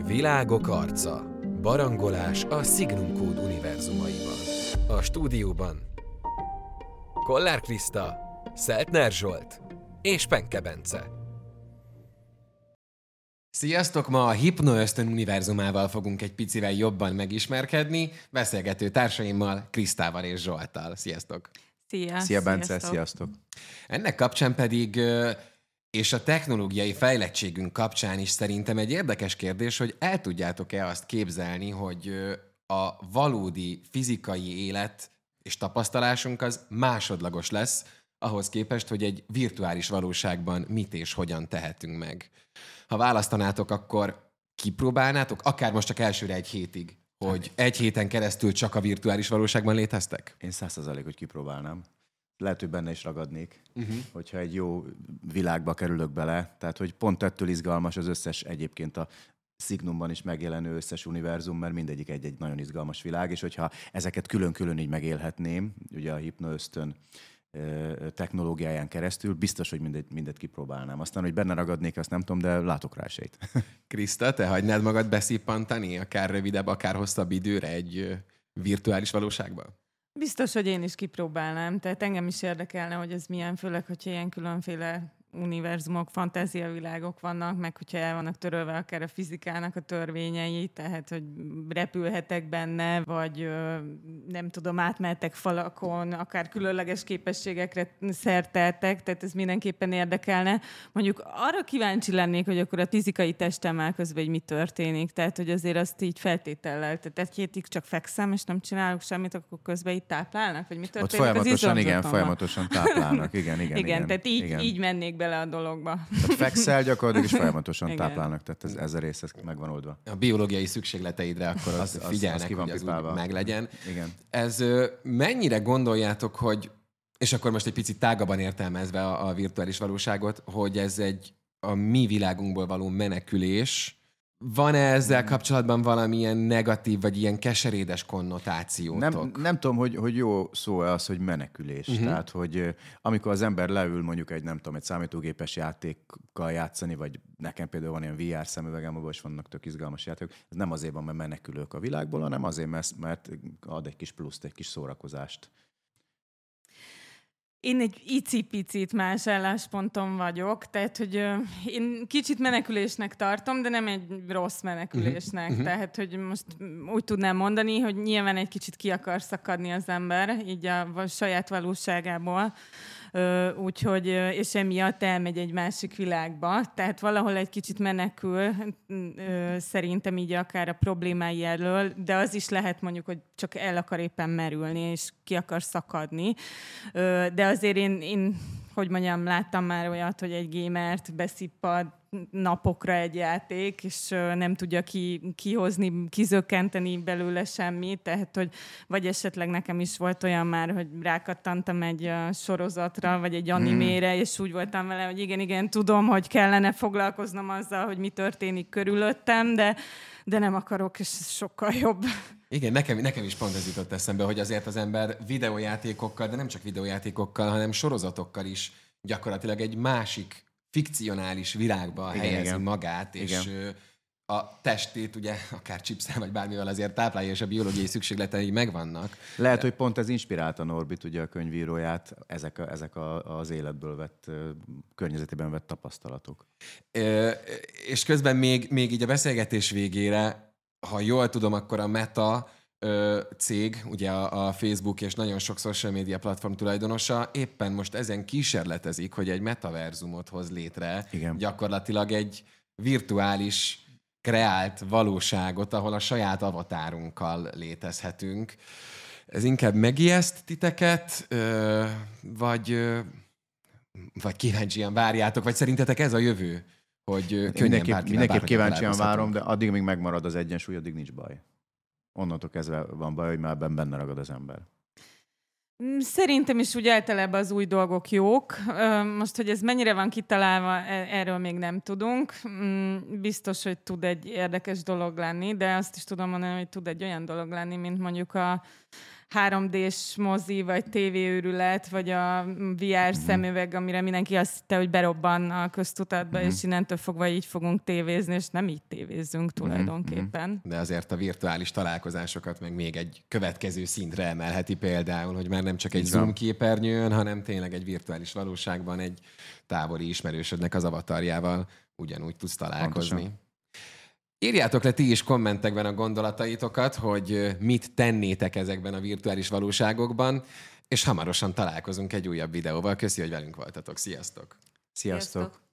Világok arca. Barangolás a Signum Code univerzumaiban. A stúdióban Kollár Kriszta, Szeltner Zsolt és Penke Bence. Sziasztok! Ma a Hypno-Ösztön univerzumával fogunk egy picivel jobban megismerkedni, beszélgető társaimmal, Krisztával és Zsolttal. Sziasztok! Szia Bence, sziasztok! Ennek kapcsán pedig, és a technológiai fejlettségünk kapcsán is szerintem egy érdekes kérdés, hogy el tudjátok-e azt képzelni, hogy a valódi fizikai élet és tapasztalásunk az másodlagos lesz, ahhoz képest, hogy egy virtuális valóságban mit és hogyan tehetünk meg. Ha választanátok, akkor kipróbálnátok, akár most csak elsőre egy hétig, hogy egy héten keresztül csak a virtuális valóságban léteztek? Én 100%, hogy kipróbálnám. Lehet, hogy benne is ragadnék, hogyha egy jó világba kerülök bele. Tehát, hogy pont ettől izgalmas az összes egyébként a Signumban is megjelenő összes univerzum, mert mindegyik egy nagyon izgalmas világ, és hogyha ezeket külön-külön így megélhetném, ugye a Hypno-Ösztön technológiáján keresztül, biztos, hogy mindet kipróbálnám. Aztán, hogy benne ragadnék, azt nem tudom, de látok rá esélyt. Kriszta, te hagynád magad beszippantani, akár rövidebb, akár hosszabb időre egy virtuális valóságban? Biztos, hogy én is kipróbálnám. Tehát engem is érdekelne, hogy ez milyen, főleg, hogyha ilyen különféle univerzumok, fantáziavilágok vannak, meg hogyha el vannak törölve akár a fizikának a törvényei, tehát, hogy repülhetek benne, vagy nem tudom, átmehetek falakon, akár különleges képességekre szerteltek, tehát ez mindenképpen érdekelne. Mondjuk arra kíváncsi lennék, hogy akkor a fizikai testemmel közben mi történik, tehát, hogy azért azt így feltétellel, tehát egy hétig csak fekszem, és nem csinálok semmit, akkor közben itt táplálnak, vagy mi történik? Ott folyamatosan, igen, folyamatosan táplálnak, igen. Tehát így mennék bele a dologba. Tehát fekszel gyakorlatilag, és folyamatosan táplálnak, tehát ez a rész meg van oldva. A biológiai szükségleteidre akkor az figyelnek, hogy az úgy meglegyen. Igen. Ez mennyire gondoljátok, hogy, és akkor most egy picit tágabban értelmezve a virtuális valóságot, hogy ez a mi világunkból való menekülés, van-e ezzel kapcsolatban valamilyen negatív, vagy ilyen keserédes konnotációtok? Nem tudom, hogy jó szó-e az, hogy menekülés. Tehát, hogy amikor az ember leül mondjuk egy számítógépes játékkal játszani, vagy nekem például van ilyen VR szemüvegem, abban is vannak tök izgalmas játékok, ez nem azért van, mert menekülök a világból, hanem azért, mert ad egy kis pluszt, egy kis szórakozást. Én egy icipicit más állásponton vagyok, tehát, hogy én kicsit menekülésnek tartom, de nem egy rossz menekülésnek. Tehát, hogy most úgy tudnám mondani, hogy nyilván egy kicsit ki akar szakadni az ember, így a saját valóságából, úgyhogy, és emiatt elmegy egy másik világba. Tehát valahol egy kicsit menekül, szerintem így akár a problémái elől, de az is lehet mondjuk, hogy csak el akar éppen merülni, és ki akar szakadni. De azért én hogy mondjam, láttam már olyat, hogy egy gamert beszippad napokra egy játék, és nem tudja kihozni, kizökkenteni belőle semmit, tehát, hogy vagy esetleg nekem is volt olyan már, hogy rákattantam egy sorozatra, vagy egy animére, és úgy voltam vele, hogy igen, tudom, hogy kellene foglalkoznom azzal, hogy mi történik körülöttem, de nem akarok, és ez sokkal jobb. Igen, nekem is pont ez jutott eszembe, hogy azért az ember videójátékokkal, de nem csak videójátékokkal, hanem sorozatokkal is gyakorlatilag egy másik fikcionális világba helyezi magát, és a testét ugye akár chipszel vagy bármivel azért táplálja, és a biológiai szükségletei megvannak. Lehet, hogy pont ez inspirálta Norbit, ugye a könyvíróját, ezek az életből vett, környezetében vett tapasztalatok. És közben még így a beszélgetés végére, ha jól tudom, akkor a Meta cég, ugye a Facebook és nagyon sok social media platform tulajdonosa éppen most ezen kísérletezik, hogy egy metaverzumot hoz létre. Igen. Gyakorlatilag egy virtuális, kreált valóságot, ahol a saját avatárunkkal létezhetünk. Ez inkább megijeszt titeket, vagy kíváncsian várjátok, vagy szerintetek ez a jövő? Hogy mindenképp kíváncsian várom, de addig még megmarad az egyensúly, addig nincs baj. Onnantól kezdve van baj, hogy már benne ragad az ember. Szerintem is úgy általában az új dolgok jók. Most, hogy ez mennyire van kitalálva, erről még nem tudunk. Biztos, hogy tud egy érdekes dolog lenni, de azt is tudom mondani, hogy tud egy olyan dolog lenni, mint mondjuk 3D-s mozi, vagy tévéőrület, vagy a VR szemüveg, amire mindenki azt hitte, hogy berobban a köztudatba, és innentől fogva így fogunk tévézni, és nem így tévézzünk tulajdonképpen. De azért a virtuális találkozásokat meg még egy következő szintre emelheti például, hogy már nem csak egy Zoom képernyőn, hanem tényleg egy virtuális valóságban egy távoli ismerősödnek az avatarjával ugyanúgy tudsz találkozni. Pontosan. Írjátok le ti is kommentekben a gondolataitokat, hogy mit tennétek ezekben a virtuális valóságokban, és hamarosan találkozunk egy újabb videóval. Köszi, hogy velünk voltatok. Sziasztok! Sziasztok!